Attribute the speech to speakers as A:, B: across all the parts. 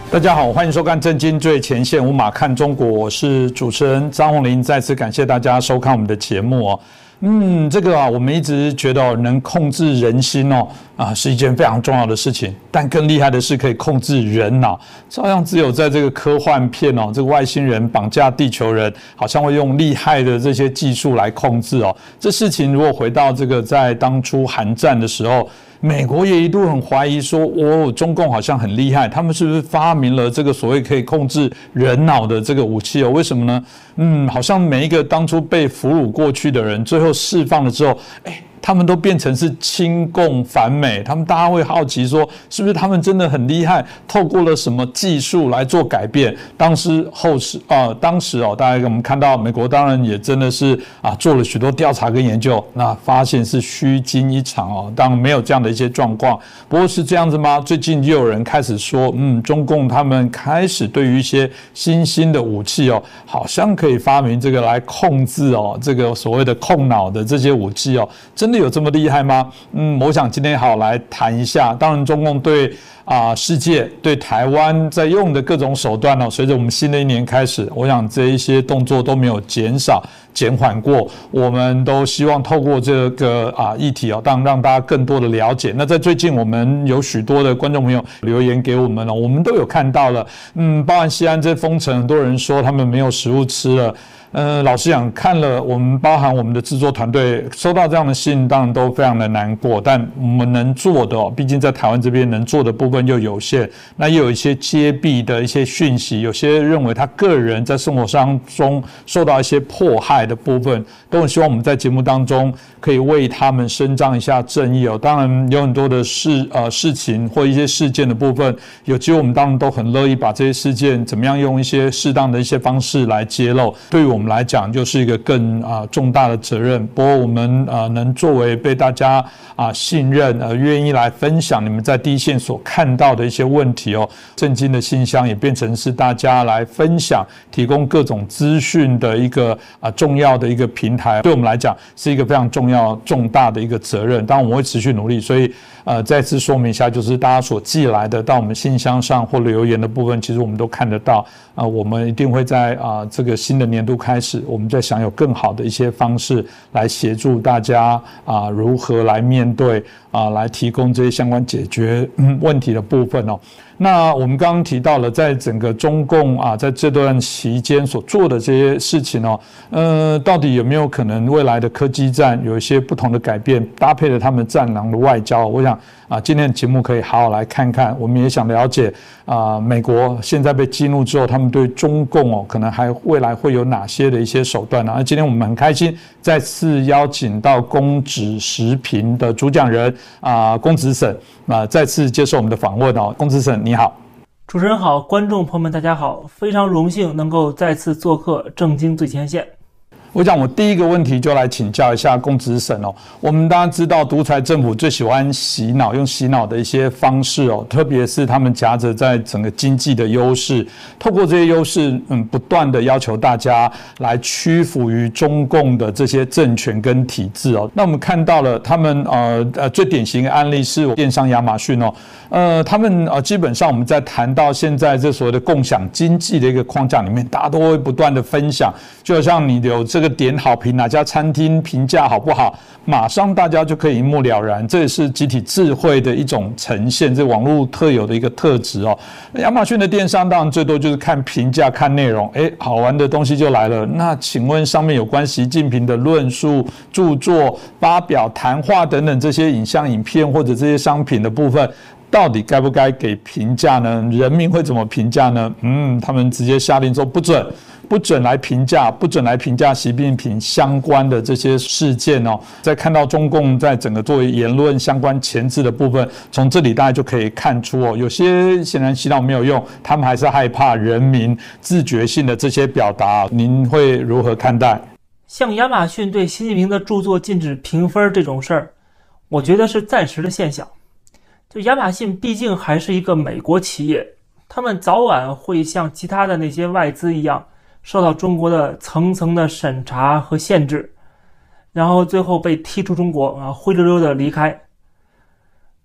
A: 大家好，欢迎收看《震惊最前线》，无马看中国，我是主持人张宏林。再次感谢大家收看我们的节目哦。这个我们一直觉得能控制人心是一件非常重要的事情，但更厉害的是可以控制人脑。照样只有在这个科幻片这个外星人绑架地球人，好像会用厉害的这些技术来控制这事情如果回到这个在当初韩战的时候，美国也一度很怀疑说，中共好像很厉害，他们是不是发明了这个所谓可以控制人脑的这个武器为什么呢？好像每一个当初被俘虏过去的人，最后释放了之后，他们都变成是亲共反美，大家会好奇说，是不是他们真的很厉害，透过了什么技术来做改变？当时大家我们看到美国当然也真的是做了许多调查跟研究，那发现是虚惊一场当然没有这样的一些状况。不过是这样子吗？最近又有人开始说，中共他们开始对于一些新兴的武器好像可以发明这个来控制这个所谓的控脑的这些武器真的有这么厉害吗？我想今天好来谈一下。当然，中共对世界、对台湾在用的各种手段随着我们新的一年开始，我想这一些动作都没有减缓过。我们都希望透过这个议题当然让大家更多的了解。那在最近，我们有许多的观众朋友留言给我们我们都有看到了。包含西安这封城，很多人说他们没有食物吃了。老实讲，看了包含我们的制作团队收到这样的信，当然都非常的难过。但我们能做的毕竟在台湾这边能做的部分又有限，那也有一些揭弊的一些讯息，有些认为他个人在生活当中受到一些迫害的部分，都很希望我们在节目当中可以为他们伸张一下正义当然有很多的事情或一些事件的部分，有机会我们当然都很乐意把这些事件怎么样用一些适当的一些方式来揭露。对于我们来讲，就是一个更重大的责任。不过我们能作为被大家信任愿意来分享你们在第一线所看到的一些问题震惊的信箱也变成是大家来分享、提供各种资讯的一个重要的一个平台。对我们来讲是一个非常重要、重大的一个责任。当然我们会持续努力，所以再次说明一下，就是大家所寄来的到我们信箱上或留言的部分，其实我们都看得到。我们一定会在这个新的年度开始，我们在想有更好的一些方式来协助大家如何来面对来提供这些相关解决问题的部分那我们刚刚提到了，在整个中共在这段期间所做的这些事情到底有没有可能未来的科技战有一些不同的改变，搭配了他们战狼的外交？我想今天的节目可以好好来看看。我们也想了解美国现在被激怒之后，他们对中共可能还未来会有哪些的一些手段今天我们很开心再次邀请到公子时评的主讲人公子沈再次接受我们的访问公子沈你好。
B: 主持人好，观众朋友们大家好，非常荣幸能够再次做客正经最前线。
A: 我想我第一个问题就来请教一下公子沈我们大家知道独裁政府最喜欢洗脑，用洗脑的一些方式特别是他们夹着在整个经济的优势，透过这些优势不断的要求大家来屈服于中共的这些政权跟体制那我们看到了他们最典型的案例是电商亚马逊他们基本上我们在谈到现在这所谓的共享经济的一个框架里面，大家都会不断的分享，就好像你有这个点好评，哪家餐厅评价好不好，马上大家就可以一目了然。这也是集体智慧的一种呈现，这网络特有的一个特质亚马逊的电商当然最多就是看评价、看内容，好玩的东西就来了。那请问上面有关习近平的论述、著作、发表、谈话等等这些影像、影片或者这些商品的部分，到底该不该给评价呢？人民会怎么评价呢？他们直接下令说不准来评价，不准来评价习近平相关的这些事件在看到中共在整个作为言论相关前置的部分，从这里大家就可以看出有些显然洗脑没有用，他们还是害怕人民自觉性的这些表达，您会如何看待？
B: 像亚马逊对习近平的著作禁止评分这种事儿，我觉得是暂时的现象。就亚马逊毕竟还是一个美国企业，他们早晚会像其他的那些外资一样，受到中国的层层的审查和限制，然后最后被踢出中国灰溜溜的离开。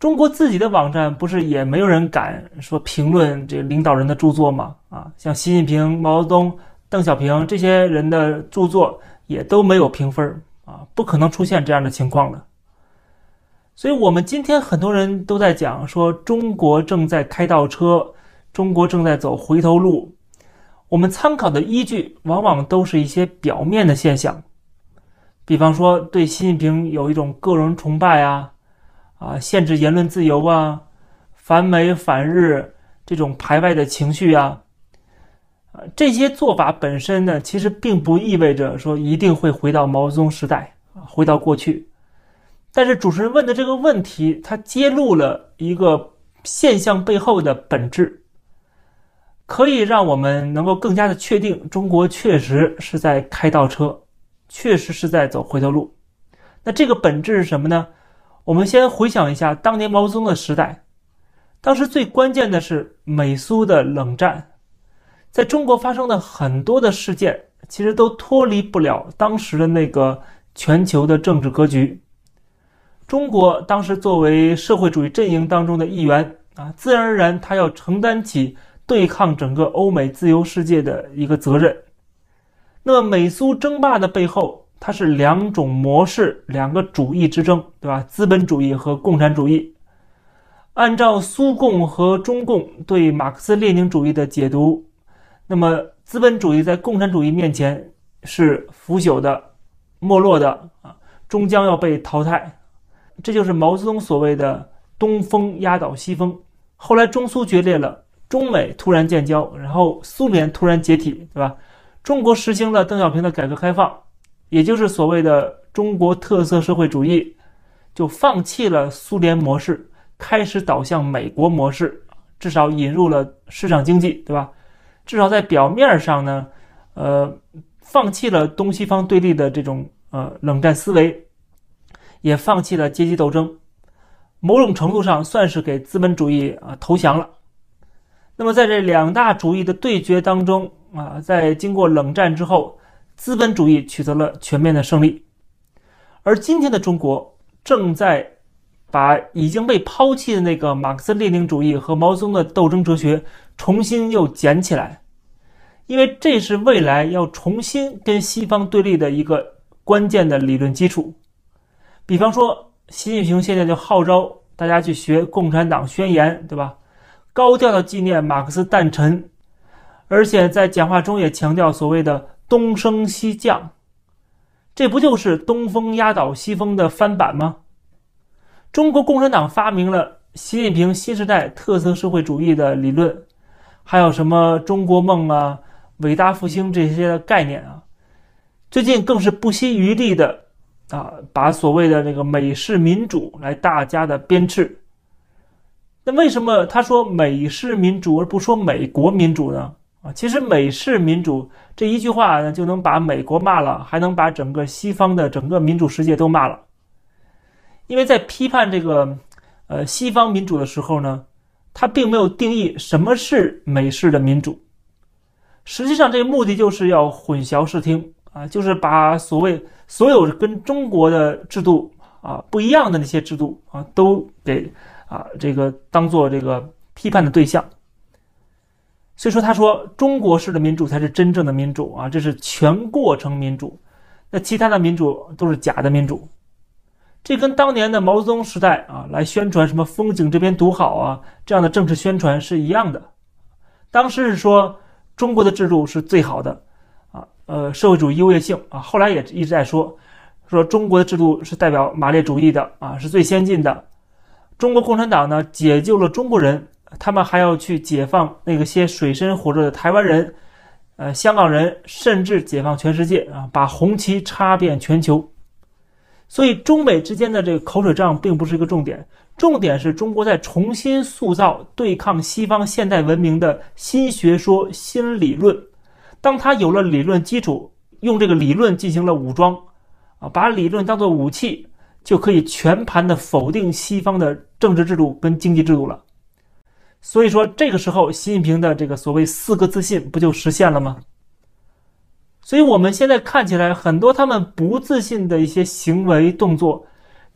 B: 中国自己的网站不是也没有人敢说评论这个领导人的著作吗？像习近平、毛泽东、邓小平这些人的著作也都没有评分不可能出现这样的情况的。所以我们今天很多人都在讲说中国正在开倒车，中国正在走回头路。我们参考的依据往往都是一些表面的现象，比方说对习近平有一种个人崇拜限制言论自由反美反日这种排外的情绪这些做法本身呢，其实并不意味着说一定会回到毛泽东时代回到过去。但是主持人问的这个问题，它揭露了一个现象背后的本质，可以让我们能够更加的确定中国确实是在开倒车，确实是在走回头路。那这个本质是什么呢？我们先回想一下当年毛泽东的时代，当时最关键的是美苏的冷战，在中国发生的很多的事件其实都脱离不了当时的那个全球的政治格局。中国当时作为社会主义阵营当中的一员自然而然他要承担起对抗整个欧美自由世界的一个责任。那么美苏争霸的背后，它是两种模式，两个主义之争，对吧？资本主义和共产主义。按照苏共和中共对马克思列宁主义的解读，那么资本主义在共产主义面前是腐朽的、没落的终将要被淘汰。这就是毛泽东所谓的东风压倒西风。后来中苏决裂了，中美突然建交，然后苏联突然解体，对吧？中国实行了邓小平的改革开放，也就是所谓的中国特色社会主义，就放弃了苏联模式，开始导向美国模式，至少引入了市场经济，对吧？至少在表面上呢，放弃了东西方对立的这种冷战思维，也放弃了阶级斗争，某种程度上算是给资本主义投降了。那么在这两大主义的对决当中在经过冷战之后，资本主义取得了全面的胜利。而今天的中国正在把已经被抛弃的那个马克思列宁主义和毛泽东的斗争哲学重新又捡起来，因为这是未来要重新跟西方对立的一个关键的理论基础。比方说习近平现在就号召大家去学共产党宣言，对吧？高调的纪念马克思诞辰，而且在讲话中也强调所谓的东升西降，这不就是东风压倒西风的翻版吗？中国共产党发明了习近平新时代特色社会主义的理论，还有什么中国梦伟大复兴这些概念最近更是不惜余力的把所谓的这个美式民主来大加的鞭笞。那为什么他说美式民主而不说美国民主呢？其实美式民主这一句话呢，就能把美国骂了，还能把整个西方的整个民主世界都骂了。因为在批判这个西方民主的时候呢，他并没有定义什么是美式的民主。实际上这个目的就是要混淆视听就是把所有跟中国的制度不一样的那些制度都给这个当做这个批判的对象。所以说他说中国式的民主才是真正的民主这是全过程民主，那其他的民主都是假的民主。这跟当年的毛泽东时代来宣传什么风景这边独好这样的政治宣传是一样的。当时是说中国的制度是最好的社会主义优越性后来也一直在说中国的制度是代表马列主义的是最先进的。中国共产党呢解救了中国人，他们还要去解放那些水深火热的台湾人香港人，甚至解放全世界把红旗插遍全球。所以中美之间的这个口水仗并不是一个重点，重点是中国在重新塑造对抗西方现代文明的新学说、新理论。当他有了理论基础，用这个理论进行了武装把理论当作武器，就可以全盘的否定西方的政治制度跟经济制度了。所以说这个时候习近平的这个所谓4个自信不就实现了吗？所以我们现在看起来很多他们不自信的一些行为动作，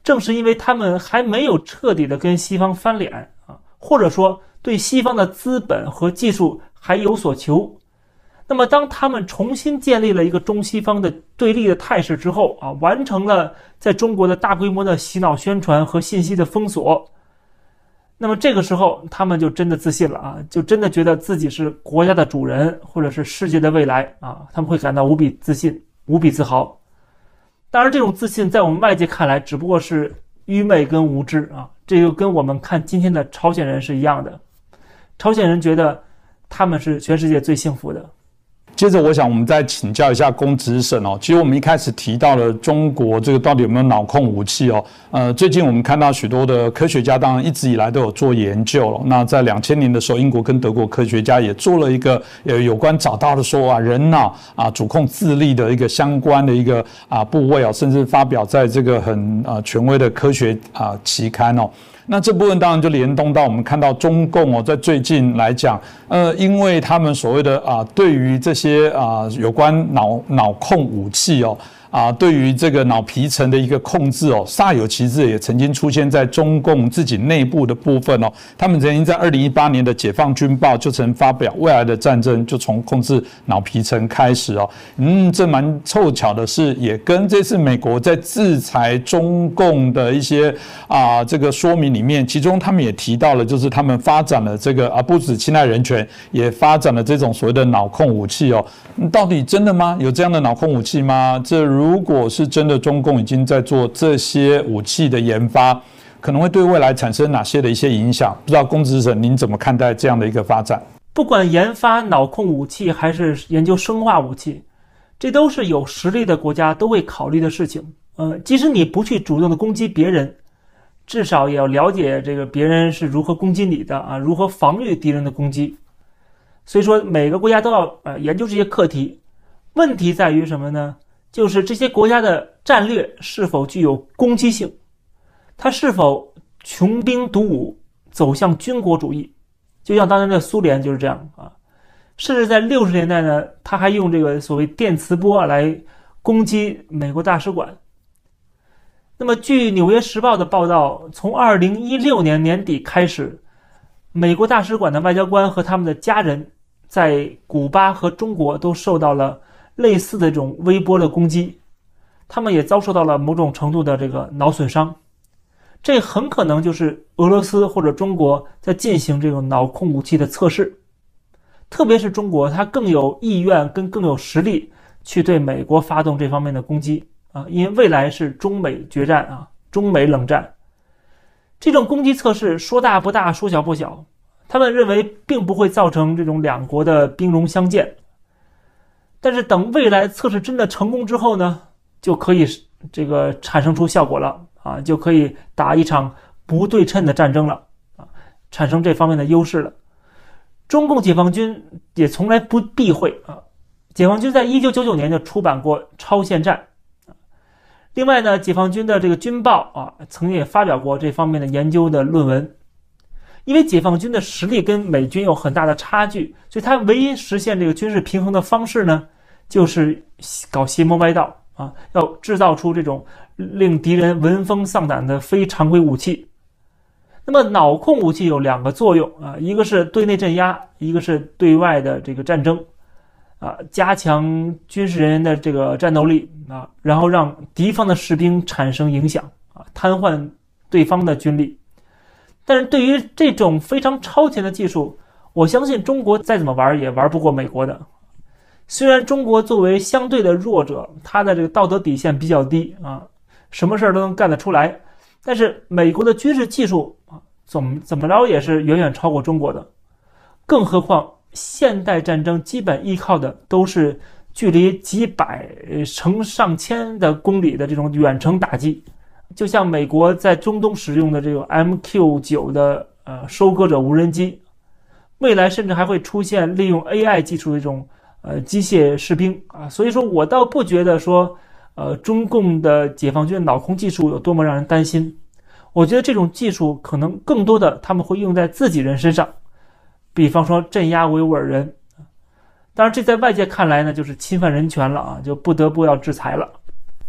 B: 正是因为他们还没有彻底的跟西方翻脸啊，或者说对西方的资本和技术还有所求。那么当他们重新建立了一个中西方的对立的态势之后啊，完成了在中国的大规模的洗脑宣传和信息的封锁，那么这个时候他们就真的自信了啊，就真的觉得自己是国家的主人，或者是世界的未来啊，他们会感到无比自信，无比自豪。当然这种自信在我们外界看来只不过是愚昧跟无知啊，这就跟我们看今天的朝鲜人是一样的。朝鲜人觉得他们是全世界最幸福的。
A: 接着我想我们再请教一下龚执审哦，其实我们一开始提到了中国这个到底有没有脑控武器哦，最近我们看到许多的科学家当然一直以来都有做研究了，那在2000年的时候，英国跟德国科学家也做了一个有关找到的说啊人脑啊主控智力的一个相关的一个部位哦，甚至发表在这个很权威的科学期刊哦。那这部分当然就联动到我们看到中共哦，在最近来讲，因为他们所谓的对于这些有关脑控武器哦。对于这个脑皮层的一个控制哦，煞有其事也曾经出现在中共自己内部的部分哦。他们曾经在2018年的《解放军报》就曾发表，未来的战争就从控制脑皮层开始哦。这蛮凑巧的是，也跟这次美国在制裁中共的一些这个说明里面，其中他们也提到了，就是他们发展了这个不止侵害人权，也发展了这种所谓的脑控武器哦。到底真的吗？有这样的脑控武器吗？如果是真的，中共已经在做这些武器的研发，可能会对未来产生哪些的一些影响？不知道龚执审您怎么看待这样的一个发展？
B: 不管研发脑控武器还是研究生化武器，这都是有实力的国家都会考虑的事情。即使你不去主动的攻击别人，至少也要了解这个别人是如何攻击你的如何防御敌人的攻击。所以说每个国家都要研究这些课题。问题在于什么呢？就是这些国家的战略是否具有攻击性，它是否穷兵黩武走向军国主义，就像当年的苏联就是这样甚至在60年代呢，他还用这个所谓电磁波来攻击美国大使馆。那么据《纽约时报》的报道，从2016年年底开始，美国大使馆的外交官和他们的家人在古巴和中国都受到了类似的这种微波的攻击，他们也遭受到了某种程度的这个脑损伤。这很可能就是俄罗斯或者中国在进行这种脑控武器的测试，特别是中国，它更有意愿跟更有实力去对美国发动这方面的攻击因为未来是中美决战中美冷战。这种攻击测试说大不大，说小不小，他们认为并不会造成这种两国的兵戎相见。但是等未来测试真的成功之后呢，就可以这个产生出效果了就可以打一场不对称的战争了产生这方面的优势了。中共解放军也从来不避讳解放军在1999年就出版过超限战另外呢，解放军的这个军报曾经也发表过这方面的研究的论文。因为解放军的实力跟美军有很大的差距，所以他唯一实现这个军事平衡的方式呢，就是搞邪魔歪道要制造出这种令敌人闻风丧胆的非常规武器。那么脑控武器有2个作用一个是对内镇压，一个是对外的这个战争加强军事人员的这个战斗力然后让敌方的士兵产生影响瘫痪对方的军力。但是对于这种非常超前的技术，我相信中国再怎么玩也玩不过美国的。虽然中国作为相对的弱者，他的这个道德底线比较低什么事都能干得出来，但是美国的军事技术怎么着也是远远超过中国的。更何况现代战争基本依靠的都是距离几百乘上千的公里的这种远程打击，就像美国在中东使用的这个 MQ-9 的收割者无人机，未来甚至还会出现利用 AI 技术的这种机械士兵所以说我倒不觉得说中共的解放军脑控技术有多么让人担心。我觉得这种技术可能更多的他们会用在自己人身上，比方说镇压维吾尔人。当然这在外界看来呢就是侵犯人权了就不得不要制裁了。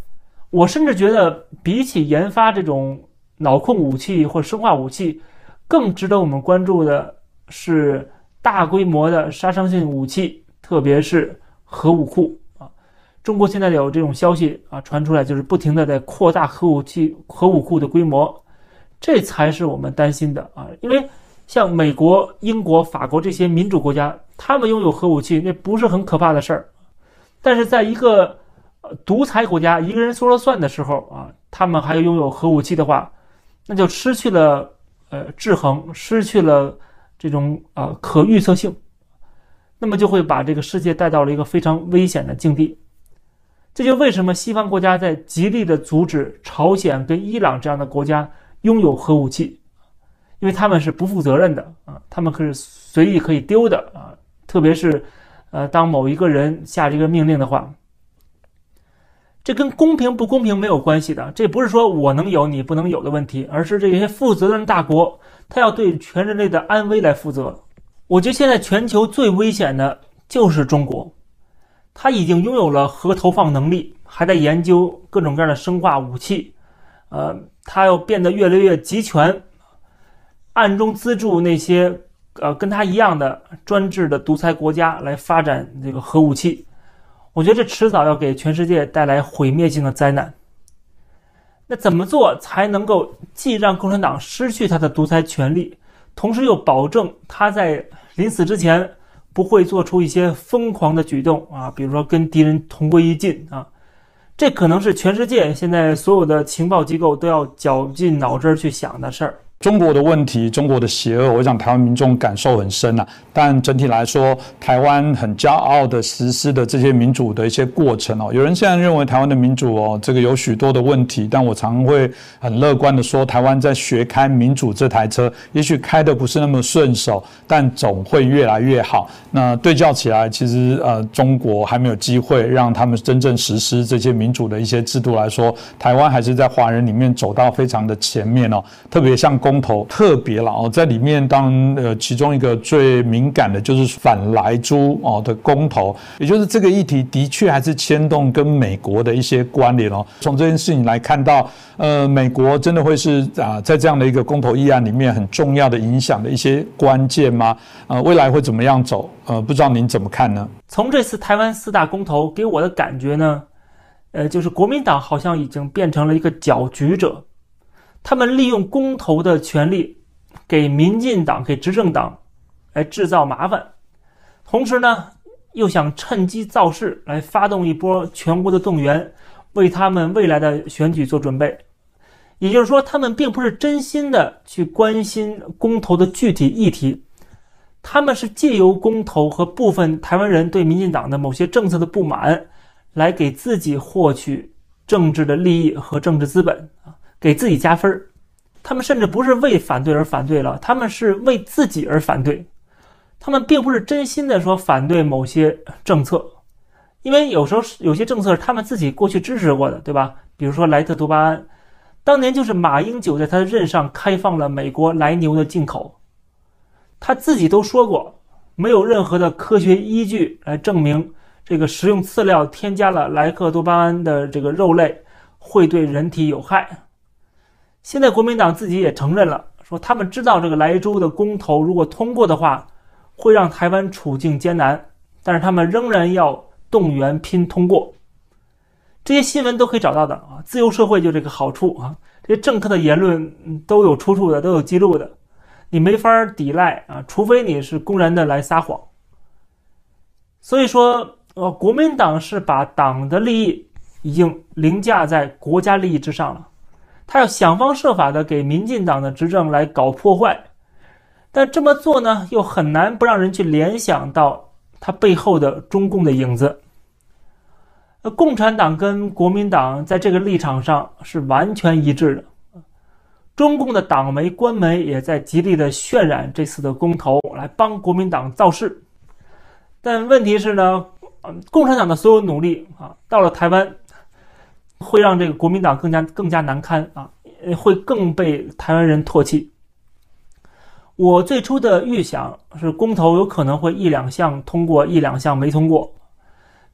B: 我甚至觉得，比起研发这种脑控武器或生化武器，更值得我们关注的是大规模的杀伤性武器，特别是核武库啊。中国现在有这种消息啊传出来，就是不停的在扩大核武库的规模，这才是我们担心的啊。因为像美国、英国、法国这些民主国家，他们拥有核武器，那不是很可怕的事儿。但是在一个独裁国家，一个人说了算的时候啊，他们还拥有核武器的话，那就失去了制衡，失去了这种可预测性，那么就会把这个世界带到了一个非常危险的境地。这就为什么西方国家在极力的阻止朝鲜跟伊朗这样的国家拥有核武器，因为他们是不负责任的啊，他们可是随意可以丢的啊，特别是当某一个人下这个命令的话，这跟公平不公平没有关系的，这不是说我能有你不能有的问题，而是这些负责任大国他要对全人类的安危来负责。我觉得现在全球最危险的就是中国，他已经拥有了核投放能力，还在研究各种各样的生化武器，他要变得越来越集权，暗中资助那些跟他一样的专制的独裁国家来发展这个核武器。我觉得这迟早要给全世界带来毁灭性的灾难。那怎么做才能够既让共产党失去他的独裁权利，同时又保证他在临死之前不会做出一些疯狂的举动啊，比如说跟敌人同归于尽啊？这可能是全世界现在所有的情报机构都要绞尽脑汁去想的事儿。
A: 中国的问题，中国的邪恶，我想台湾民众感受很深啊。但整体来说，台湾很骄傲的实施的这些民主的一些过程哦。有人现在认为台湾的民主哦，这个有许多的问题，但我常会很乐观的说，台湾在学开民主这台车，也许开的不是那么顺手，但总会越来越好。那对照起来，其实中国还没有机会让他们真正实施这些民主的一些制度来说，台湾还是在华人里面走到非常的前面哦。特别像公投特别了哦，在里面其中一个最敏感的就是反莱猪的公投，也就是这个议题的确还是牵动跟美国的一些关联哦。从这件事情来看到，美国真的会是在这样的一个公投议案里面很重要的影响的一些关键吗？未来会怎么样走？不知道您怎么看呢？
B: 从这次台湾4大公投给我的感觉呢，就是国民党好像已经变成了一个搅局者。他们利用公投的权利给民进党、给执政党来制造麻烦，同时呢又想趁机造势来发动一波全国的动员，为他们未来的选举做准备。也就是说，他们并不是真心的去关心公投的具体议题，他们是借由公投和部分台湾人对民进党的某些政策的不满，来给自己获取政治的利益和政治资本，给自己加分。他们甚至不是为反对而反对了，他们是为自己而反对。他们并不是真心的说反对某些政策，因为有时候有些政策是他们自己过去支持过的，对吧？比如说莱特多巴胺，当年就是马英九在他的任上开放了美国来牛的进口，他自己都说过，没有任何的科学依据来证明这个食用饲料添加了莱克多巴胺的这个肉类会对人体有害。现在国民党自己也承认了，说他们知道这个莱猪的公投如果通过的话，会让台湾处境艰难，但是他们仍然要动员拼通过。这些新闻都可以找到的啊，自由社会就这个好处啊，这些政客的言论都有出处的，都有记录的，你没法抵赖啊，除非你是公然的来撒谎。所以说，国民党是把党的利益已经凌驾在国家利益之上了。他要想方设法的给民进党的执政来搞破坏，但这么做呢，又很难不让人去联想到他背后的中共的影子。共产党跟国民党在这个立场上是完全一致的，中共的党媒官媒也在极力的渲染这次的公投来帮国民党造势。但问题是呢，共产党的所有努力到了台湾会让这个国民党更加难堪啊，会更被台湾人唾弃。我最初的预想是公投有可能会1-2项通过，1-2项没通过，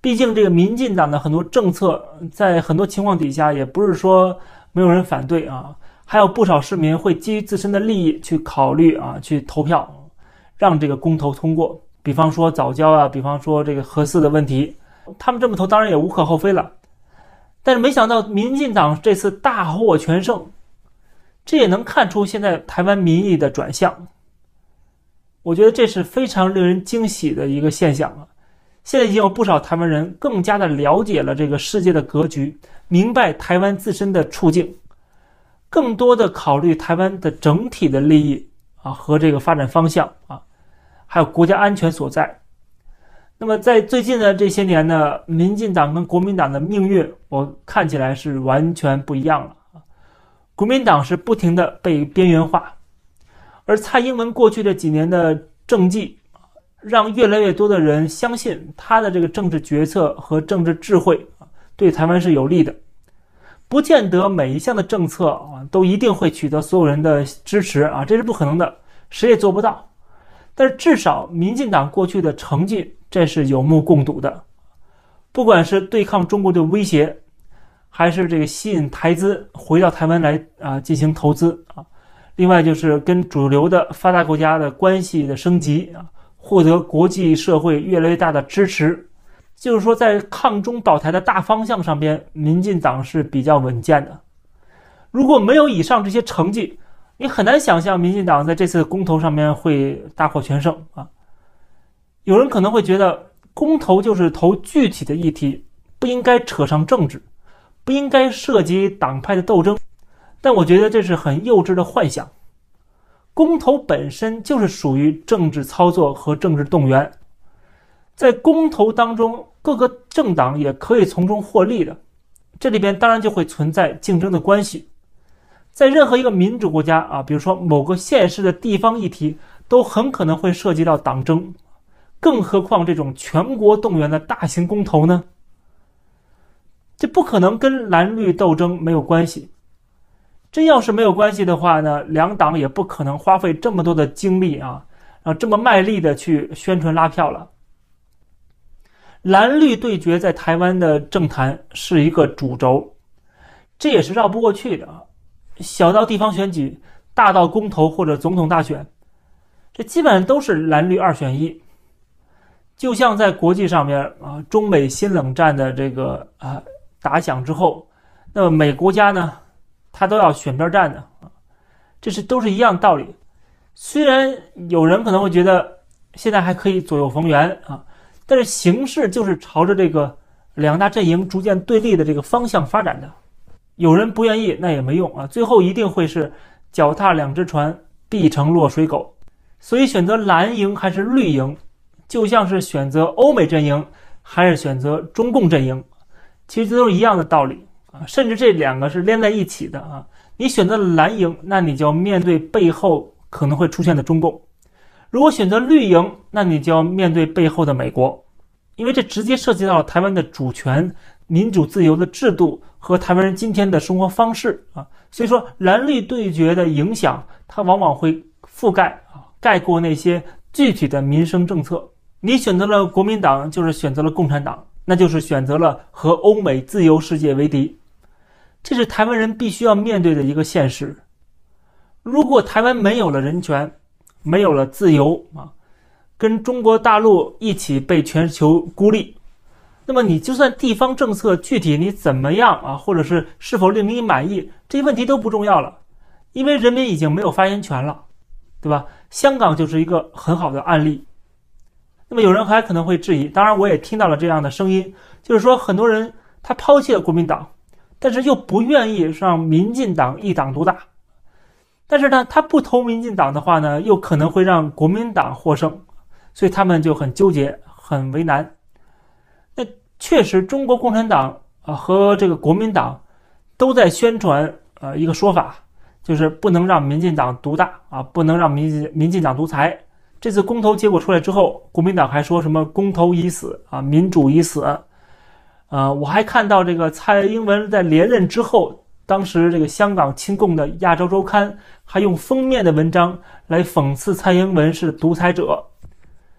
B: 毕竟这个民进党的很多政策，在很多情况底下也不是说没有人反对啊，还有不少市民会基于自身的利益去考虑啊，去投票，让这个公投通过。比方说早教啊，比方说这个核四的问题，他们这么投当然也无可厚非了。但是没想到民进党这次大获全胜，这也能看出现在台湾民意的转向。我觉得这是非常令人惊喜的一个现象啊！现在已经有不少台湾人更加的了解了这个世界的格局，明白台湾自身的处境，更多的考虑台湾的整体的利益啊和这个发展方向啊，还有国家安全所在。那么在最近的这些年呢，民进党跟国民党的命运，我看起来是完全不一样了。国民党是不停的被边缘化，而蔡英文过去这几年的政绩，让越来越多的人相信他的这个政治决策和政治智慧对台湾是有利的。不见得每一项的政策啊都一定会取得所有人的支持啊，这是不可能的，谁也做不到。但是至少民进党过去的成绩，这是有目共睹的。不管是对抗中国的威胁，还是这个吸引台资回到台湾来进行投资啊，另外就是跟主流的发达国家的关系的升级啊，获得国际社会越来越大的支持。就是说在抗中保台的大方向上边，民进党是比较稳健的。如果没有以上这些成绩，你很难想象民进党在这次公投上面会大获全胜啊。有人可能会觉得公投就是投具体的议题，不应该扯上政治，不应该涉及党派的斗争，但我觉得这是很幼稚的幻想。公投本身就是属于政治操作和政治动员，在公投当中，各个政党也可以从中获利的，这里边当然就会存在竞争的关系。在任何一个民主国家啊，比如说某个县市的地方议题，都很可能会涉及到党争，更何况这种全国动员的大型公投呢？这不可能跟蓝绿斗争没有关系。真要是没有关系的话呢，两党也不可能花费这么多的精力啊，这么卖力的去宣传拉票了。蓝绿对决在台湾的政坛是一个主轴，这也是绕不过去的。小到地方选举，大到公投或者总统大选，这基本上都是蓝绿二选一。就像在国际上面啊，中美新冷战的这个打响之后，那么每个国家呢，它都要选边站的，这都是一样道理。虽然有人可能会觉得现在还可以左右逢源啊，但是形势就是朝着这个两大阵营逐渐对立的这个方向发展的。有人不愿意那也没用啊，最后一定会是脚踏两只船，必成落水狗。所以选择蓝营还是绿营，就像是选择欧美阵营还是选择中共阵营，其实这都是一样的道理啊，甚至这两个是连在一起的啊。你选择蓝营，那你就要面对背后可能会出现的中共；如果选择绿营，那你就要面对背后的美国，因为这直接涉及到了台湾的主权、民主自由的制度和台湾人今天的生活方式啊。所以说蓝绿对决的影响，它往往会覆盖盖过那些具体的民生政策。你选择了国民党，就是选择了共产党，那就是选择了和欧美自由世界为敌，这是台湾人必须要面对的一个现实。如果台湾没有了人权，没有了自由啊，跟中国大陆一起被全球孤立，那么你就算地方政策具体你怎么样啊，或者是否令你满意，这些问题都不重要了，因为人民已经没有发言权了，对吧？香港就是一个很好的案例。那么有人还可能会质疑，当然我也听到了这样的声音，就是说很多人他抛弃了国民党，但是又不愿意让民进党一党独大，但是呢他不投民进党的话呢，又可能会让国民党获胜，所以他们就很纠结很为难。那确实中国共产党和这个国民党都在宣传一个说法，就是不能让民进党独大啊，不能让民进党独裁。这次公投结果出来之后，国民党还说什么公投已死啊，民主已死。我还看到这个蔡英文在连任之后，当时这个香港亲共的《亚洲周刊》还用封面的文章来讽刺蔡英文是独裁者。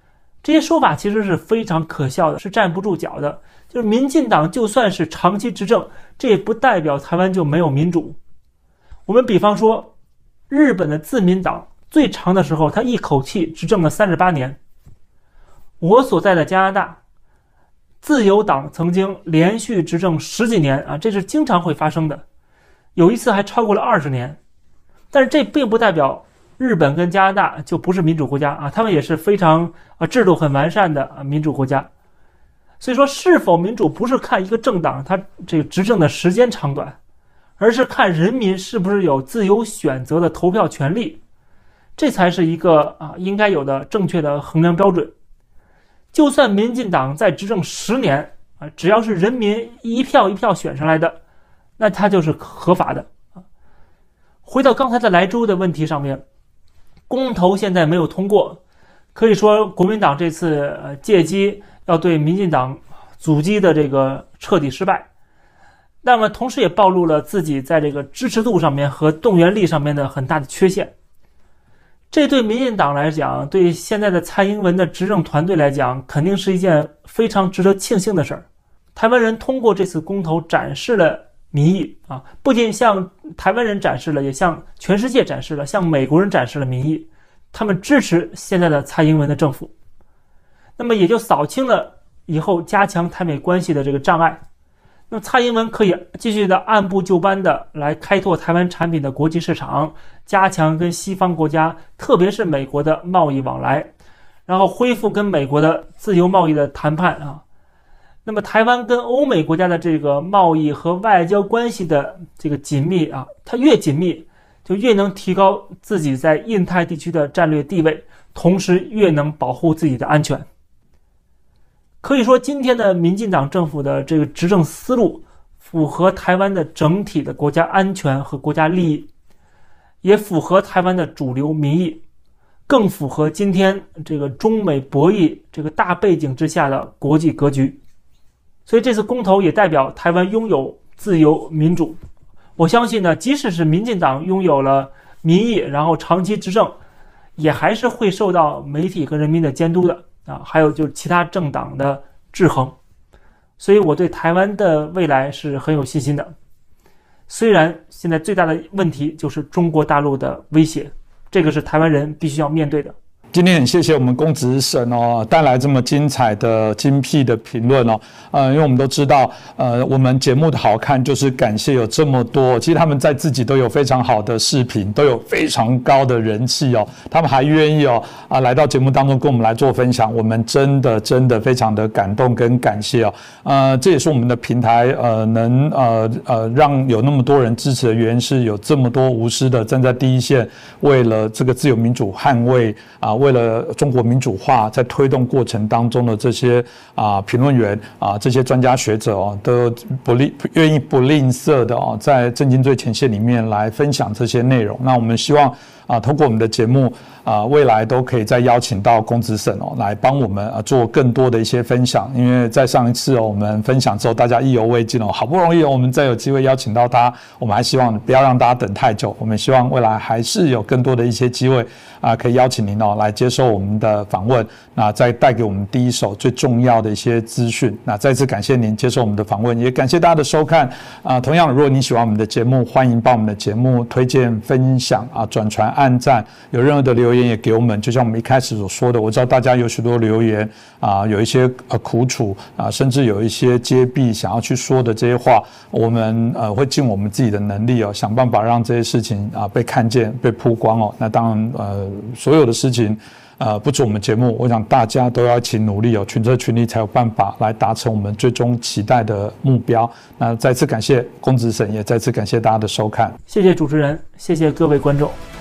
B: 这些说法其实是非常可笑的，是站不住脚的。就是民进党就算是长期执政，这也不代表台湾就没有民主。我们比方说，日本的自民党最长的时候，他一口气执政了38年。我所在的加拿大，自由党曾经连续执政10几年啊，这是经常会发生的，有一次还超过了20年。但是这并不代表日本跟加拿大就不是民主国家啊，他们也是非常制度很完善的民主国家。所以说，是否民主不是看一个政党它这个执政的时间长短，而是看人民是不是有自由选择的投票权利，这才是一个应该有的正确的衡量标准。就算民进党在执政10年啊，只要是人民一票一票选上来的，那它就是合法的啊。回到刚才的莱州的问题上面，公投现在没有通过，可以说国民党这次借机要对民进党阻击的这个彻底失败，那么同时也暴露了自己在这个支持度上面和动员力上面的很大的缺陷。这对民进党来讲，对现在的蔡英文的执政团队来讲，肯定是一件非常值得庆幸的事儿。台湾人通过这次公投展示了民意啊，不仅向台湾人展示了，也向全世界展示了，向美国人展示了民意，他们支持现在的蔡英文的政府。那么也就扫清了以后加强台美关系的这个障碍。那么蔡英文可以继续的按部就班的来开拓台湾产品的国际市场，加强跟西方国家，特别是美国的贸易往来，然后恢复跟美国的自由贸易的谈判啊。那么台湾跟欧美国家的这个贸易和外交关系的这个紧密啊，它越紧密，就越能提高自己在印太地区的战略地位，同时越能保护自己的安全。可以说，今天的民进党政府的这个执政思路符合台湾的整体的国家安全和国家利益，也符合台湾的主流民意，更符合今天这个中美博弈这个大背景之下的国际格局。所以这次公投也代表台湾拥有自由民主。我相信呢，即使是民进党拥有了民意，然后长期执政，也还是会受到媒体和人民的监督的啊，还有就是其他政党的制衡。所以我对台湾的未来是很有信心的。虽然现在最大的问题就是中国大陆的威胁，这个是台湾人必须要面对的。
A: 今天很谢谢我们公子沈带来这么精彩的精辟的评论因为我们都知道我们节目的好看就是感谢有这么多，其实他们在自己都有非常好的视频，都有非常高的人气他们还愿意来到节目当中跟我们来做分享，我们真的非常的感动跟感谢这也是我们的平台能让有那么多人支持的原因，是有这么多无私的站在第一线，为了这个自由民主捍卫为了中国民主化在推动过程当中的这些评论员这些专家学者都愿意不吝啬的在政经最前线里面来分享这些内容。那我们希望通过我们的节目未来都可以再邀请到公子沈来帮我们做更多的一些分享，因为在上一次我们分享之后大家意犹未尽好不容易我们再有机会邀请到他，我们还希望不要让大家等太久，我们希望未来还是有更多的一些机会可以邀请您来接受我们的访问，那再带给我们第一手最重要的一些资讯。那再次感谢您接受我们的访问，也感谢大家的收看同样如果你喜欢我们的节目，欢迎把我们的节目推荐分享转传按赞，有任何的留言也给我们，就像我们一开始所说的，我知道大家有许多留言有一些苦楚甚至有一些揭弊想要去说的这些话，我们会尽我们自己的能力想办法让这些事情被看见被曝光那当然所有的事情不止我们节目，我想大家都要一起努力群策群力才有办法来达成我们最终期待的目标。那再次感谢公子沈，也再次感谢大家的收看。
B: 谢谢主持人，谢谢各位观众。